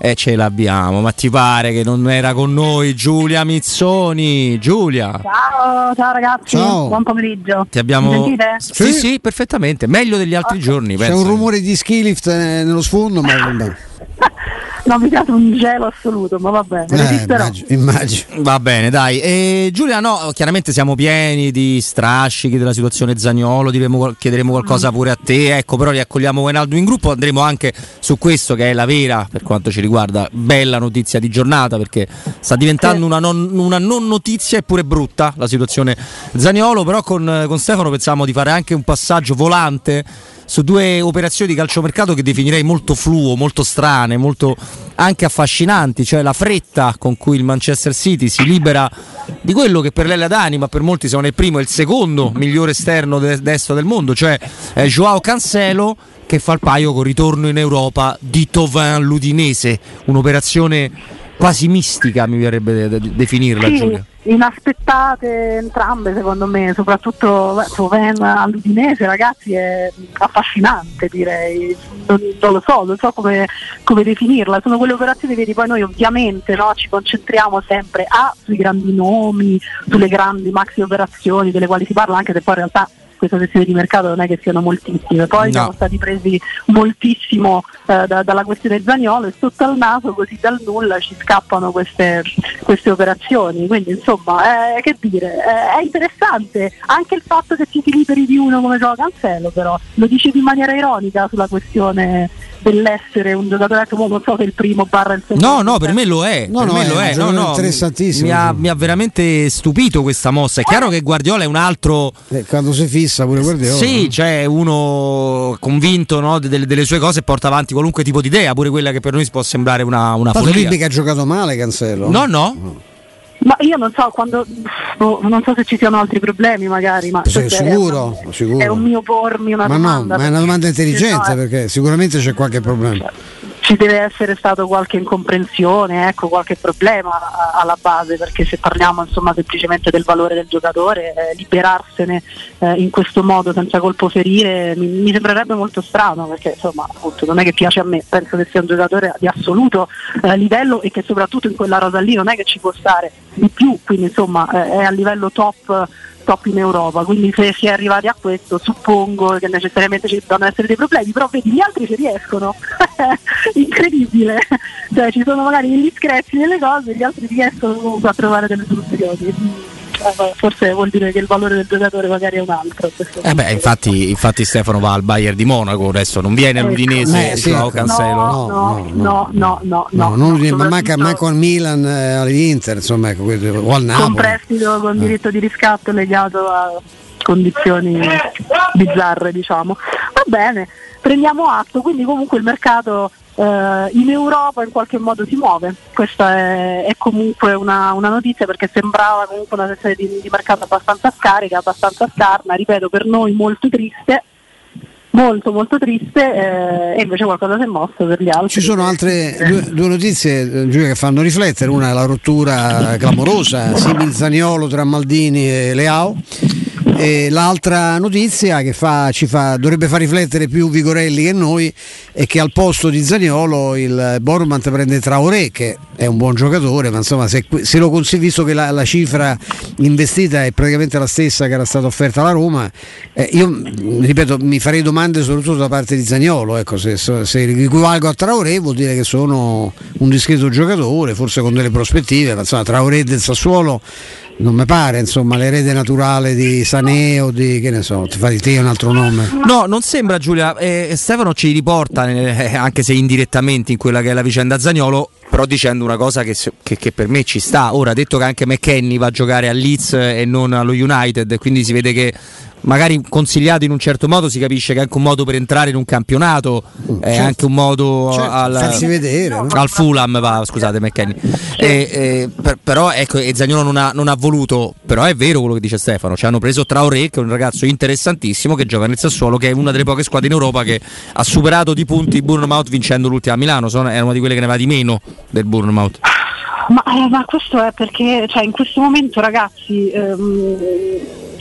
ce l'abbiamo, ma ti pare che non era con noi Giulia Mizzoni? Giulia. Ciao ragazzi, ciao. Buon pomeriggio. Ti abbiamo... Mi sentite? Sì, perfettamente, meglio degli altri giorni. C'è penso. un rumore di ski lift nello sfondo, ma No, mi piace un gelo assoluto, ma va bene, resisterò. Immagino. Va bene, dai. Giulia, no, chiaramente siamo pieni di strascichi della situazione Zaniolo, chiederemo qualcosa pure a te, ecco, però riaccogliamo Wijnaldum in gruppo, andremo anche su questo che è la vera, per quanto ci riguarda, bella notizia di giornata, perché sta diventando una non notizia, eppure brutta la situazione Zaniolo, però con Stefano pensavamo di fare anche un passaggio volante su due operazioni di calciomercato che definirei molto fluo, molto strane, molto anche affascinanti, cioè la fretta con cui il Manchester City si libera di quello che per l'Ella d'Anima per molti sono il primo e il secondo migliore esterno destro del mondo, cioè Joao Cancelo, che fa il paio con ritorno in Europa di Thauvin l'Udinese, un'operazione quasi mistica mi verrebbe definirla, sì, Giulia. Inaspettate entrambe secondo me, soprattutto Thauvin all'Udinese, ragazzi, è affascinante, direi. Non so come definirla. Sono quelle operazioni, vedi, poi noi ovviamente, no, ci concentriamo sempre sui grandi nomi, sulle grandi maxi operazioni delle quali si parla, anche se poi in realtà questa sessione di mercato non è che siano moltissime, poi siamo stati presi moltissimo dalla questione Zaniolo, e sotto al naso, così dal nulla, ci scappano queste operazioni, quindi insomma che dire, è interessante anche il fatto che ci si liberi di uno come Joao Cancelo, però lo dicevi in maniera ironica sulla questione dell'essere un giocatore, non so se il primo barra il secondo. No, per me lo è. No, è interessantissimo. Mi ha veramente stupito questa mossa. È chiaro che Guardiola è un altro. Quando si fissa pure Guardiola. Sì, c'è uno convinto, no, delle sue cose e porta avanti qualunque tipo di idea, pure quella che per noi può sembrare una follia. Che ha giocato male Cancelo. No. Ma io non so non so se ci siano altri problemi, magari, ma sicuro. È un mio pormi una domanda. Ma è una domanda intelligente, perché sicuramente c'è qualche problema. Ci deve essere stato qualche incomprensione, qualche problema alla base, perché se parliamo insomma semplicemente del valore del giocatore, liberarsene in questo modo senza colpo ferire mi sembrerebbe molto strano, perché insomma appunto non è che piace a me, penso che sia un giocatore di assoluto livello, e che soprattutto in quella rosa lì non è che ci può stare di più, quindi insomma è a livello top in Europa, quindi se si è arrivati a questo suppongo che necessariamente ci devono essere dei problemi, però vedi, gli altri ci riescono. Incredibile, cioè ci sono magari degli screzi nelle cose, gli altri riescono comunque a trovare delle soluzioni. Forse vuol dire che il valore del giocatore magari è un altro. Infatti Stefano va al Bayern di Monaco, adesso non viene all'Udinese, Joao Cancelo. No, non manco al Milan, all'Inter, insomma, o al Napoli. Con prestito, con diritto di riscatto legato a condizioni bizzarre, diciamo. Va bene, prendiamo atto, quindi comunque il mercato in Europa in qualche modo si muove. Questa è comunque una notizia, perché sembrava comunque una sessione di mercato abbastanza scarica, abbastanza scarna, ripeto, per noi molto triste, molto triste, e invece qualcosa si è mosso per gli altri. Ci sono altre due notizie, Giulia, che fanno riflettere. Una è la rottura clamorosa Zaniolo tra Maldini e Leao, e l'altra notizia che dovrebbe far riflettere più Vigorelli che noi è che al posto di Zaniolo il Bournemouth prende Traoré, che è un buon giocatore, ma insomma se lo visto che la cifra investita è praticamente la stessa che era stata offerta alla Roma, io ripeto, mi farei domande soprattutto da parte di Zaniolo, ecco, se equivalgo a Traoré vuol dire che sono un discreto giocatore, forse con delle prospettive, ma insomma Traoré del Sassuolo non mi pare, insomma, l'erede naturale di Sané o di, che ne so, ti fa di te un altro nome. No, non sembra, Giulia. Stefano ci riporta, anche se indirettamente, in quella che è la vicenda Zaniolo, però dicendo una cosa che per me ci sta. Ora, ha detto che anche McKennie va a giocare al Leeds e non allo United, quindi si vede che magari consigliato in un certo modo si capisce che è anche un modo per entrare in un campionato, è anche un modo farsi vedere, no? Al Fulham va, scusate, McKennie, però ecco, e Zaniolo non ha voluto, però è vero quello che dice Stefano, ci hanno preso Traoré, che è un ragazzo interessantissimo che gioca nel Sassuolo, che è una delle poche squadre in Europa che ha superato di punti il Bournemouth vincendo l'ultima a Milano, era una di quelle che ne va di meno del Bournemouth. Ma questo è perché, cioè, in questo momento, ragazzi,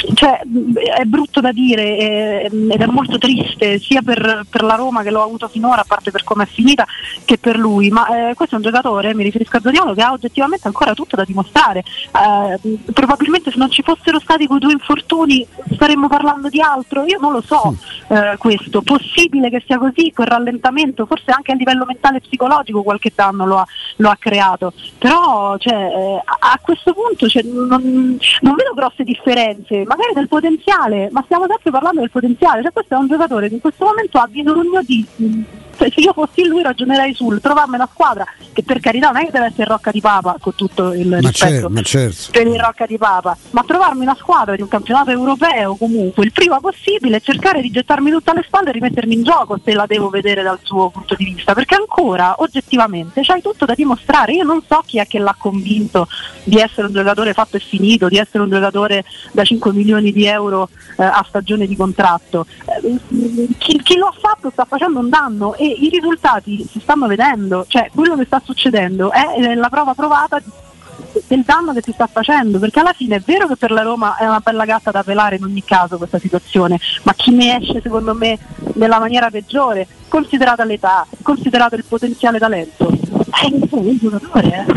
cioè, è brutto da dire ed è molto triste sia per la Roma che l'ho avuto finora, a parte per come è finita, che per lui, ma questo è un giocatore, mi riferisco a Zaniolo, che ha oggettivamente ancora tutto da dimostrare. Probabilmente se non ci fossero stati quei 2 infortuni staremmo parlando di altro, io non lo so. Questo possibile che sia così, quel rallentamento forse anche a livello mentale e psicologico qualche danno lo ha creato, però a questo punto non vedo grosse differenze, magari del potenziale, ma stiamo sempre parlando del potenziale, questo è un giocatore che in questo momento ha bisogno di, se io fossi lui ragionerei sul trovarmi una squadra che, per carità, non è che deve essere Rocca di Papa, con tutto il rispetto per il Rocca di Papa, ma trovarmi una squadra di un campionato europeo comunque il prima possibile e cercare di gettarmi tutta alle spalle e rimettermi in gioco, se la devo vedere dal suo punto di vista, perché ancora oggettivamente c'hai tutto da dimostrare. Io non so chi è che l'ha convinto di essere un giocatore fatto e finito, di essere un giocatore da 5 milioni di euro a stagione di contratto. Chi lo ha fatto sta facendo un danno e i risultati si stanno vedendo, cioè quello che sta succedendo è la prova provata del danno che si sta facendo, perché alla fine è vero che per la Roma è una bella gatta da pelare in ogni caso questa situazione, ma chi ne esce secondo me nella maniera peggiore, considerata l'età, considerato il potenziale talento, è un giocatore.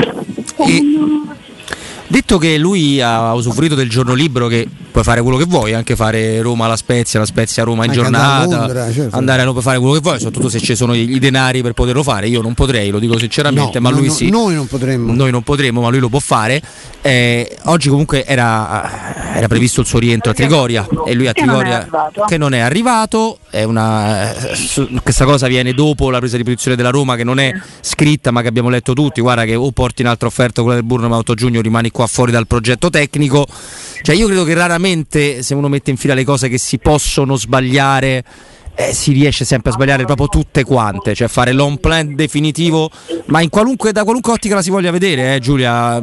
Detto che lui ha usufruito del giorno libero, che puoi fare quello che vuoi, anche fare Roma alla Spezia Roma in giornata, andare a Londra, fare quello che vuoi, soprattutto se ci sono i denari per poterlo fare. Io non potrei, lo dico sinceramente, ma lui sì. Noi non potremmo, ma lui lo può fare. Oggi comunque era previsto il suo rientro a Trigoria e lui a Trigoria che non è arrivato. Questa cosa viene dopo la presa di posizione della Roma, che non è scritta ma che abbiamo letto tutti. Guarda che o porti un'altra offerta, quella del Bournemouth, Giugno, rimani qua fuori dal progetto tecnico. Cioè io credo che raramente, se uno mette in fila le cose che si possono sbagliare, si riesce sempre a sbagliare proprio tutte quante, cioè fare l'on plan definitivo, ma da qualunque ottica la si voglia vedere, Giulia.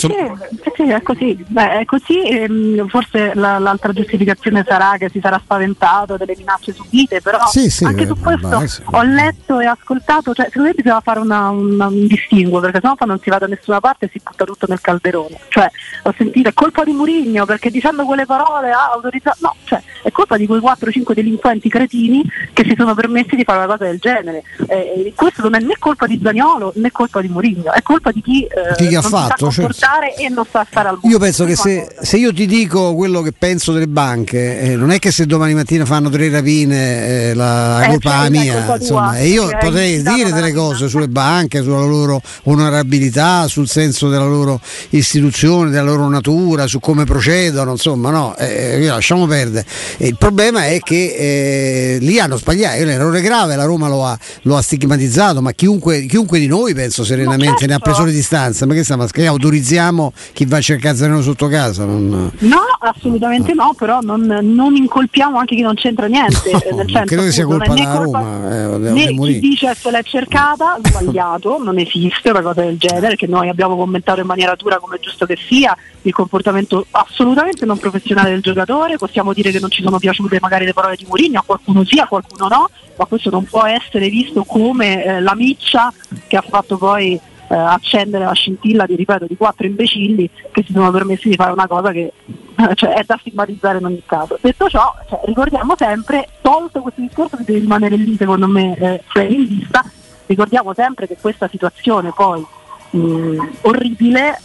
Sì, è così. È così. Forse l'altra giustificazione sarà che si sarà spaventato delle minacce subite, però anche su questo ho letto e ascoltato, cioè secondo me bisogna fare un distinguo, perché sennò poi non si va da nessuna parte e si butta tutto nel calderone. Cioè ho sentito è colpa di Mourinho perché dicendo quelle parole ha autorizzato, no, cioè è colpa di quei 4-5 delinquenti cretini che si sono permessi di fare una cosa del genere. Questo non è né colpa di Zaniolo né colpa di Mourinho, è colpa di chi ha non fatto, sa comportare e non sa stare al buio. Io penso che se io ti dico quello che penso delle banche, non è che se domani mattina fanno 3 rapine la colpa è mia, insomma, e io potrei dire delle cose sulle banche, sulla loro onorabilità, sul senso della loro istituzione, della loro natura, su come procedono, insomma, no, lasciamo perdere. Il problema è che lì hanno sbagliato, l'errore grave, la Roma lo ha stigmatizzato, ma chiunque di noi penso serenamente ne ha preso le distanze. Ma che autorizziamo chi va a cercare Zaniolo sotto casa? No, assolutamente no, però non incolpiamo anche chi non c'entra niente, nel senso, credo che sia colpa della Roma, né chi dice se l'è cercata, sbagliato, non esiste una cosa del genere, che noi abbiamo commentato in maniera dura come è giusto che sia, il comportamento assolutamente non professionale del giocatore. Possiamo dire che non ci sono piaciute magari le parole di Mourinho, a qualcuno sì, a qualcuno no, ma questo non può essere visto come la miccia che ha fatto poi accendere la scintilla di 4 imbecilli che si sono permessi di fare una cosa che è da stigmatizzare in ogni caso. Detto ciò, ricordiamo sempre, tolto questo discorso che deve rimanere lì secondo me in vista, ricordiamo sempre che questa situazione poi orribile,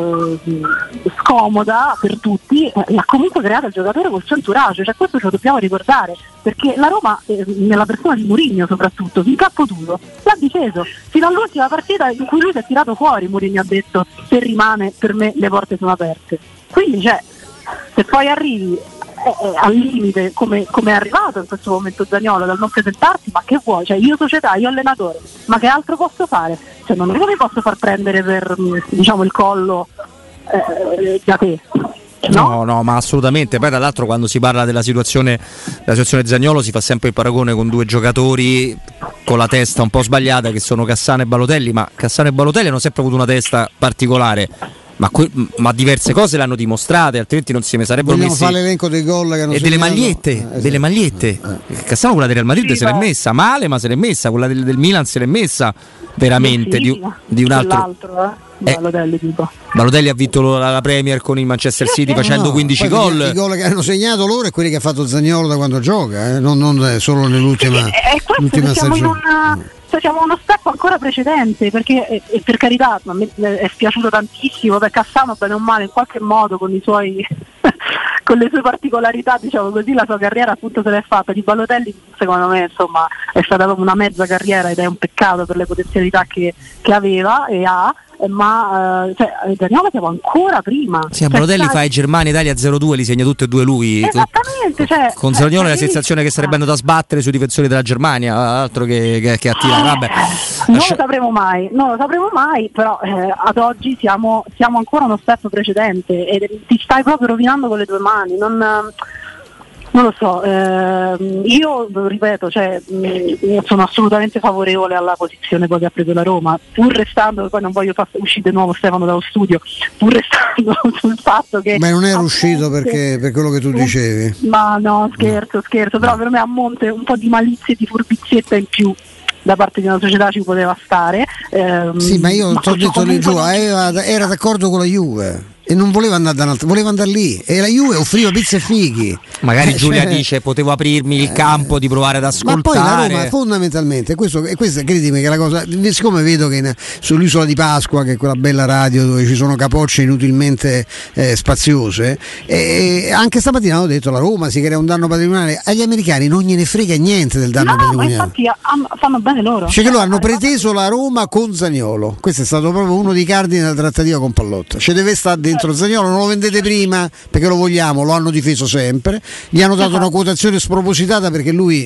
scomoda per tutti, l'ha comunque creata il giocatore col suo entourage, cioè questo ce lo dobbiamo ricordare, perché la Roma, nella persona di Mourinho soprattutto, fin capo duro, l'ha difeso fino all'ultima partita in cui lui si è tirato fuori. Mourinho ha detto: se rimane, per me le porte sono aperte. Quindi se poi arrivi al limite come è arrivato in questo momento Zaniolo, dal non presentarsi, ma che vuoi? Io società, io allenatore, ma che altro posso fare? Non è che mi posso far prendere per il collo da te. No, ma assolutamente. Poi tra l'altro quando si parla della situazione Zaniolo si fa sempre il paragone con 2 giocatori con la testa un po' sbagliata, che sono Cassano e Balotelli, ma Cassano e Balotelli hanno sempre avuto una testa particolare. ma diverse cose l'hanno dimostrate, altrimenti non si ne sarebbero Vogliamo messi. Fare l'elenco dei gol che hanno e delle magliette. Cassano, quella del Real Madrid se l'è messa male, ma se l'è messa, quella del Milan se l'è messa veramente di un altro. Balotelli ha vinto la Premier con il Manchester City facendo 15 gol. I gol che hanno segnato loro e quelli che ha fatto Zaniolo da quando gioca, non solo nell'ultima stagione. Siamo uno step ancora precedente, perché per carità a me è spiaciuto tantissimo, perché Cassano bene o male in qualche modo con i suoi con le sue particolarità, diciamo così, la sua carriera appunto se l'è fatta. Di Balotelli secondo me insomma è stata proprio una mezza carriera ed è un peccato per le potenzialità che aveva e ha, ma Zaniolo siamo ancora prima. Sì, Balotelli fa i Germania-Italia 0-2, li segna tutti e due lui. Esattamente, con Zaniolo è la sensazione che sarebbe andato a sbattere sui difensori della Germania, altro che attira. Vabbè. Non lo sapremo mai, però ad oggi siamo ancora uno step precedente e ti stai proprio rovinando con le tue mani. Non lo so, io ripeto, sono assolutamente favorevole alla posizione poi che ha preso la Roma, pur restando, poi non voglio far uscire di nuovo Stefano dallo studio, pur restando sul fatto che... Ma non era uscito per quello che tu dicevi. Ma no, scherzo, però per me a monte un po' di malizia e di furbizietta in più da parte di una società ci poteva stare. Sì, ma io ti ho detto lì giù, era d'accordo con la Juve e non voleva andare da un'altra, voleva andare lì e la Juve offriva pizza e fighi. Magari Giulia dice potevo aprirmi il campo di provare ad ascoltare. Ma poi la Roma fondamentalmente questa credimi che la cosa, siccome vedo che sull'isola di Pasqua, che è quella bella radio dove ci sono capocce inutilmente spaziose, anche stamattina hanno detto la Roma si crea un danno patrimoniale, agli americani non gliene frega niente del danno patrimoniale. Ma infatti fanno bene loro. Cioè che loro hanno preteso la Roma con Zaniolo, questo è stato proprio uno dei cardini della trattativa con Pallotta, ci deve stare dentro Zaniolo, non lo vendete prima perché lo vogliamo, lo hanno difeso sempre, gli hanno dato una quotazione spropositata perché lui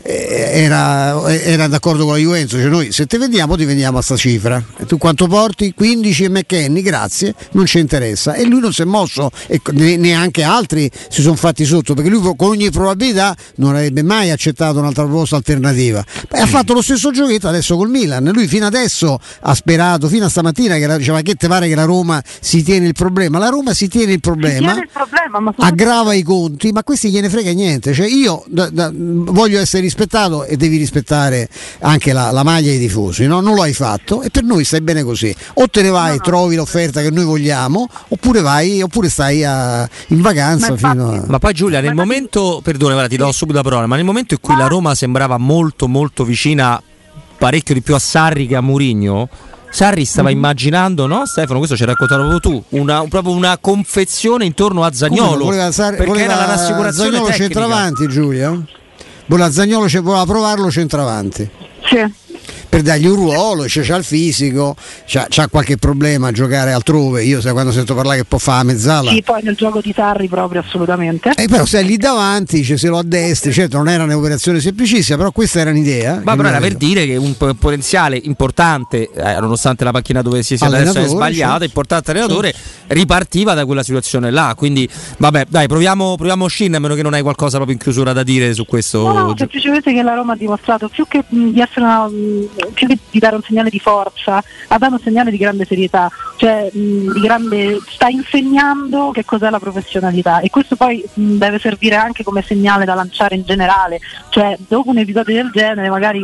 era d'accordo con la Juventus, cioè noi se te vendiamo ti vendiamo a sta cifra e tu quanto porti? 15 e McKennie, grazie, non ci interessa, e lui non si è mosso e neanche altri si sono fatti sotto, perché lui con ogni probabilità non avrebbe mai accettato un'altra proposta alternativa. Ha fatto lo stesso giochetto adesso col Milan, lui fino adesso ha sperato, fino a stamattina che diceva che te pare che la Roma si tiene il problema, la Roma si tiene il problema ma aggrava i conti, ma questi gliene frega niente, cioè io voglio essere rispettato e devi rispettare anche la maglia dei tifosi, no? Non lo hai fatto e per noi stai bene così, o te ne vai, trovi l'offerta che noi vogliamo, oppure stai in vacanza Ma poi Giulia, nel momento, perdone, guarda, ti do subito la parola, ma nel momento in cui la Roma sembrava molto molto vicina, parecchio di più a Sarri che a Mourinho, Sarri stava immaginando, no Stefano, questo ci hai raccontato proprio tu, proprio una confezione intorno a Zaniolo, perché era la rassicurazione Zaniolo tecnica. Centravanti, Giulia? Zaniolo voleva provarlo centravanti. Sì. Per dargli un ruolo, c'ha il fisico, c'ha qualche problema a giocare altrove. Io quando sento parlare che può fare a mezzala. Sì, poi nel gioco di Sarri proprio assolutamente. Però sei lì davanti, se lo a destra, certo non era un'operazione semplicissima, però questa era un'idea. Ma però era per dire che un potenziale importante, nonostante la panchina dove si sia adesso è sbagliata, importante allenatore, ripartiva da quella situazione là. Quindi vabbè, dai, proviamo Shin, a meno che non hai qualcosa proprio in chiusura da dire su questo. No, semplicemente che la Roma ha dimostrato più che di essere più che di dare un segnale di forza, ha dato un segnale di grande serietà, cioè sta insegnando che cos'è la professionalità, e questo poi deve servire anche come segnale da lanciare in generale, cioè dopo un episodio del genere magari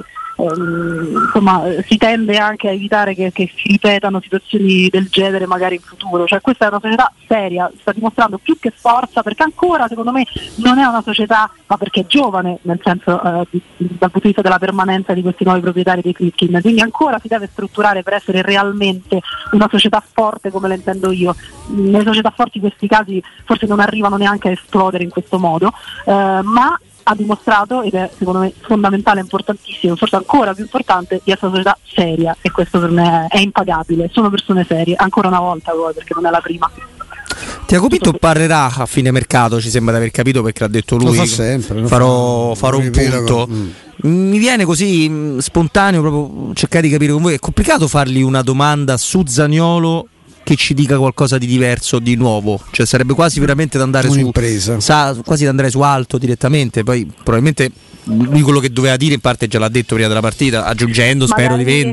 si tende anche a evitare che si ripetano situazioni del genere magari in futuro, cioè questa è una società seria, sta dimostrando più che forza, perché ancora secondo me non è una società, ma perché è giovane nel senso dal punto di vista della permanenza di questi nuovi proprietari dei Friedkin, quindi ancora si deve strutturare per essere realmente una società forte come la intendo io. Nelle società forti questi casi forse non arrivano neanche a esplodere in questo modo, ma ha dimostrato, ed è secondo me fondamentale, importantissimo, forse ancora più importante, di essere una società seria, e questo per me è impagabile. Sono persone serie, ancora una volta poi, perché non è la prima. Tiago Pinto parlerà a fine mercato, ci sembra di aver capito, perché l'ha detto lui. Lo fa sempre, farò un punto. Mi viene così spontaneo proprio cercare di capire con voi, è complicato fargli una domanda su Zaniolo che ci dica qualcosa di diverso, di nuovo, cioè sarebbe quasi veramente da andare quasi da andare su alto direttamente. Poi probabilmente lui quello che doveva dire in parte già l'ha detto prima della partita, aggiungendo magari, spero di venderlo.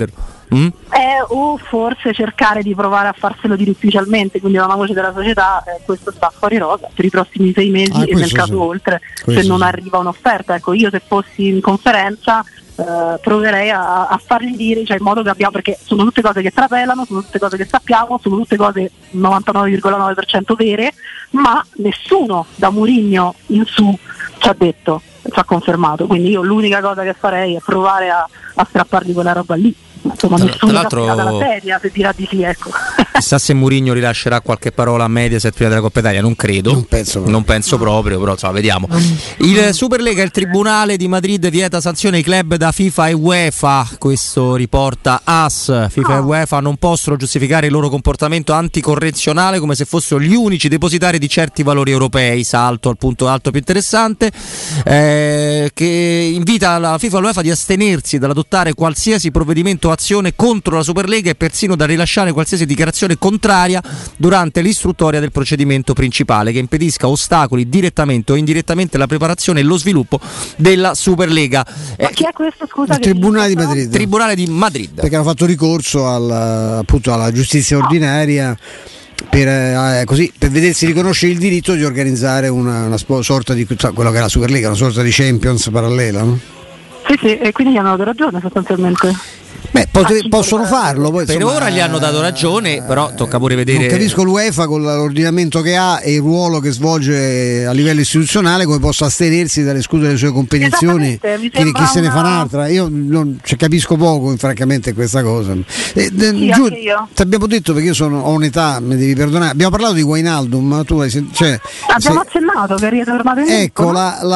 O forse cercare di provare a farselo dire ufficialmente, quindi una voce della società, questo sta fuori rosa per i prossimi 6 mesi e nel caso oltre, se non arriva un'offerta. Ecco, io se fossi in conferenza proverei a fargli dire, cioè in modo che abbiamo, perché sono tutte cose che trapelano, sono tutte cose che sappiamo, sono tutte cose 99,9% vere, ma nessuno da Mourinho in su ci ha detto, ci ha confermato, quindi io l'unica cosa che farei è provare a strappargli quella roba lì. Insomma, nessuno capirà dalla sedia se dirà di sì, ecco. Chissà se Mourinho rilascerà qualche parola a Mediaset prima della Coppa Italia, non credo, non penso proprio, però insomma, vediamo. Il Superlega, il Tribunale di Madrid vieta sanzione ai club da FIFA e UEFA, questo riporta AS. FIFA e UEFA non possono giustificare il loro comportamento anticorrezionale come se fossero gli unici depositari di certi valori europei. Salto al punto alto più interessante, che invita la FIFA e l'UEFA di astenersi dall'adottare qualsiasi provvedimento o azione contro la Superlega e persino da rilasciare qualsiasi dichiarazione contraria durante l'istruttoria del procedimento principale che impedisca ostacoli direttamente o indirettamente la preparazione e lo sviluppo della Superlega. Ma chi è questo? Scusa, il Tribunale di Madrid. Tribunale di Madrid. Perché hanno fatto ricorso appunto alla giustizia ordinaria per vedersi riconoscere il diritto di organizzare una sorta di quello che è la Superlega, una sorta di Champions parallela, no? Sì, e quindi gli hanno dato ragione sostanzialmente. Beh, possono farlo. Poi, per insomma, ora gli hanno dato ragione, però tocca pure vedere. Non capisco l'UEFA con l'ordinamento che ha e il ruolo che svolge a livello istituzionale come possa astenersi dalle scuse delle sue competizioni. Chi se ne fa un'altra? Io non capisco poco, francamente, questa cosa. Giù, ti abbiamo detto, perché io ho un'età, mi devi perdonare. Abbiamo parlato di Wijnaldum, ma tu abbiamo accennato che è ritornato in ecco,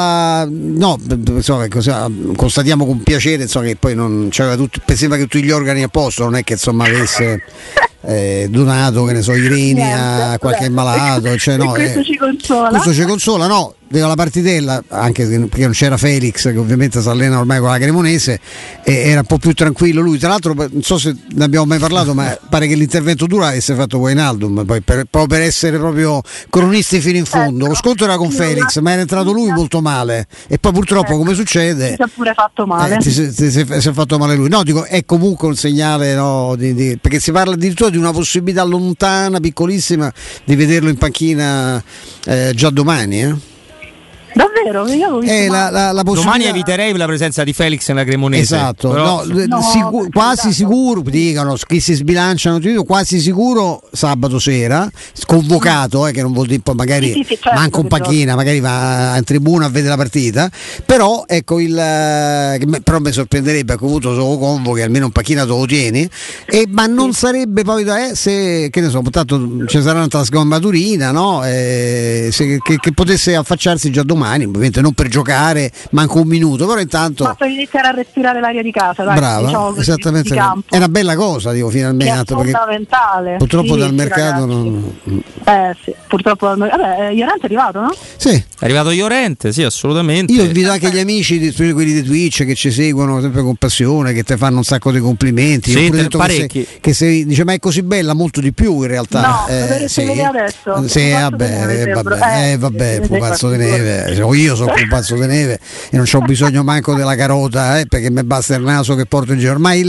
constatiamo con piacere, insomma, che poi non c'aveva tutto, sembra che tutti gli organi a posto, non è che insomma avesse donato, che ne so, i reni a qualche malato, cioè, no, questo ci consola. Questo ci consola, no, la partitella, anche perché non c'era Felix, che ovviamente si allena ormai con la Cremonese, era un po' più tranquillo lui. Tra l'altro non so se ne abbiamo mai parlato, ma pare che l'intervento duro avesse fatto Wijnaldum, poi proprio per essere proprio cronisti fino in fondo. Lo scontro era con Felix, ma era entrato lui molto male e poi purtroppo, come succede, si è pure fatto male, si è fatto male lui. No, dico, è comunque un segnale, no, perché si parla addirittura di una possibilità lontana, piccolissima, di vederlo in panchina già domani, Davvero? Io la domani eviterei la presenza di Felix nella Cremonese. Esatto, però, quasi sicuro, dicono chi si sbilanciano, quasi sicuro sabato sera, convocato, che non vuol dire poi magari certo, manca un panchina, magari va in tribuna a vedere la partita, però ecco però mi sorprenderebbe, che ho avuto solo convochi, almeno un panchina te lo tieni, ma non sarebbe poi se, che ne so, tanto ci sarà una sgombaturina, no? Che potesse affacciarsi già domani, ovviamente non per giocare, manco un minuto, però intanto basta iniziare a respirare l'aria di casa, dai, brava, diciamo così, esattamente, è una bella cosa, dico, finalmente, che è fondamentale, purtroppo sì, dal mercato sì, purtroppo Llorente è arrivato, no? Sì, è arrivato Llorente, sì, assolutamente. Io invito anche gli amici quelli di Twitch che ci seguono sempre con passione, che ti fanno un sacco di complimenti. Sì, detto parecchi. Che se dice ma è così bella, molto di più in realtà. No, sì, adesso. Sì, vabbè, pupazzo di neve. Io sono pupazzo di neve e non c'ho bisogno manco della carota, perché mi basta il naso che porto in giro. Ormai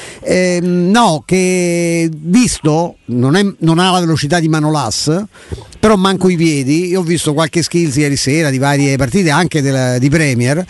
no, che visto non ha la velocità di Manolas, però manco i piedi. Io ho visto qualche skills ieri sera di varie partite, anche di Premier,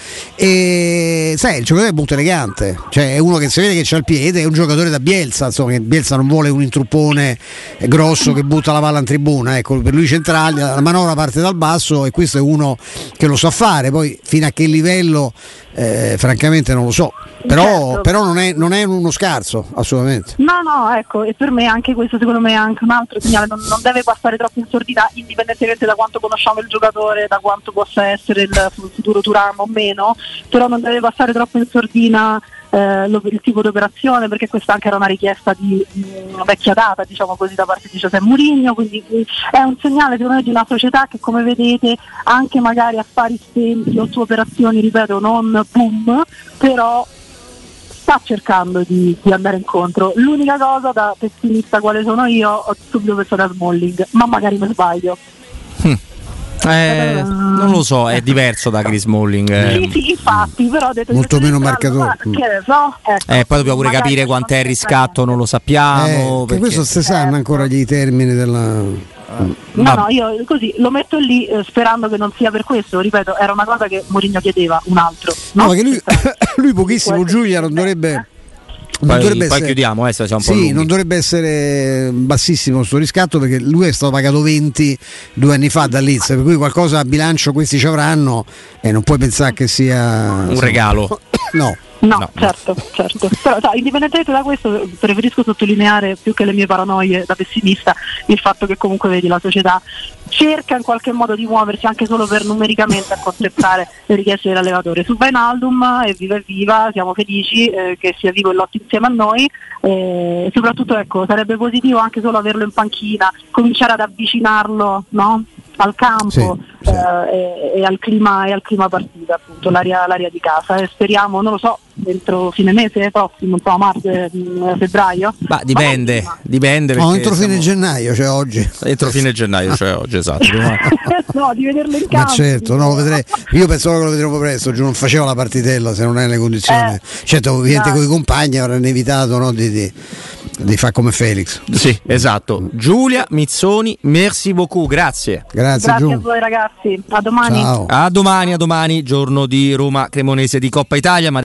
e sai, il giocatore è molto elegante, cioè è uno che si vede che c'ha il piede, è un giocatore da Bielsa, insomma, che Bielsa non vuole un intruppone grosso che butta la palla in tribuna, ecco, per lui centrale la manovra parte dal basso e questo è uno che lo sa fare, poi fino a che livello francamente non lo so, però non è uno scarso, assolutamente. No, ecco, e per me anche questo secondo me è anche un altro segnale, non deve passare troppo in sordina, indipendentemente da quanto conosciamo il giocatore, da quanto possa essere il futuro Thuram o meno, però non deve passare troppo in sordina il tipo di operazione, perché questa anche era una richiesta di vecchia data, diciamo così, da parte di José Mourinho, quindi è un segnale secondo me di una società che, come vedete, anche magari affari spenti o su operazioni, ripeto, non boom, però sta cercando di andare incontro. L'unica cosa, da pessimista quale sono io, ho subito pensato a Smalling, ma magari mi sbaglio. Non lo so, è diverso da Chris Smalling. Sì, infatti, però ho detto molto meno marcatore. Poi dobbiamo pure capire quanto è il riscatto, non lo sappiamo. Perché questo se sanno ancora i termini della. No, io così lo metto lì sperando che non sia per questo, ripeto, era una cosa che Mourinho chiedeva, un altro. No, perché lui pochissimo, Giulia, non dovrebbe. Poi chiudiamo, siamo un po' lunghi. Non dovrebbe essere bassissimo sto riscatto, perché lui è stato pagato 20 2 anni fa da Leeds, per cui qualcosa a bilancio questi ci avranno e non puoi pensare che sia un regalo. No, certo. Però indipendentemente da questo preferisco sottolineare, più che le mie paranoie da pessimista, il fatto che comunque vedi la società cerca in qualche modo di muoversi anche solo per numericamente accontentare le richieste dell'allenatore. Su Wijnaldum evviva, siamo felici che sia vivo e lotti insieme a noi, soprattutto sarebbe positivo anche solo averlo in panchina, cominciare ad avvicinarlo, no? Al campo, sì. E al clima partita, appunto, l'aria di casa, e speriamo, non lo so, entro fine mese prossimo, un po' a marzo, febbraio. Ma dipende no, entro fine gennaio, cioè oggi. Entro fine gennaio, cioè oggi, esatto. No, di vederlo in campo. Ma certo, no, lo vedrei. Io pensavo che lo vedremo presto, non faceva la partitella se non è nelle condizioni. Certo, ovviamente con i compagni avranno evitato, no, di fare come Felix. Sì, esatto. Giulia Mizzoni, merci beaucoup, grazie. Grazie a voi ragazzi, a domani. Ciao. A domani, giorno di Roma Cremonese di Coppa Italia.